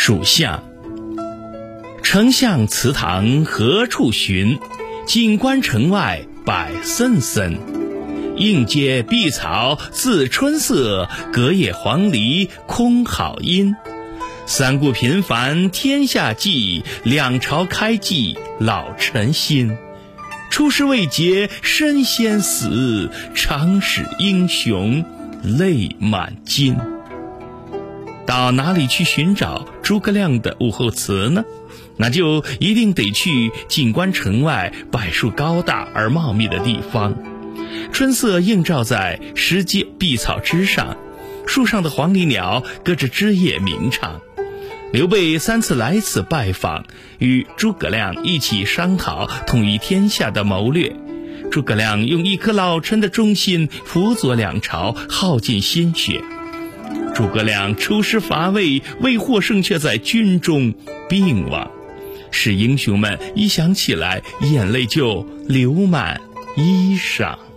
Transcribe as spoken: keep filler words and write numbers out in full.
蜀相。丞相祠堂何处寻？锦官城外百森森。应接碧草自春色，隔叶黄鹂空好音。三顾频繁天下计，两朝开济老臣心。出师未捷身先死，长使英雄泪满襟。到哪里去寻找诸葛亮的武后祠呢？那就一定得去锦官城外柏树高大而茂密的地方。春色映照在石阶碧草之上，树上的黄鹂鸟隔着枝叶鸣唱。刘备三次来此拜访，与诸葛亮一起商讨统一天下的谋略。诸葛亮用一颗老臣的忠心辅佐两朝，耗尽心血。诸葛亮出师伐魏，未获胜却在军中病亡，使英雄们一想起来眼泪就流满衣裳。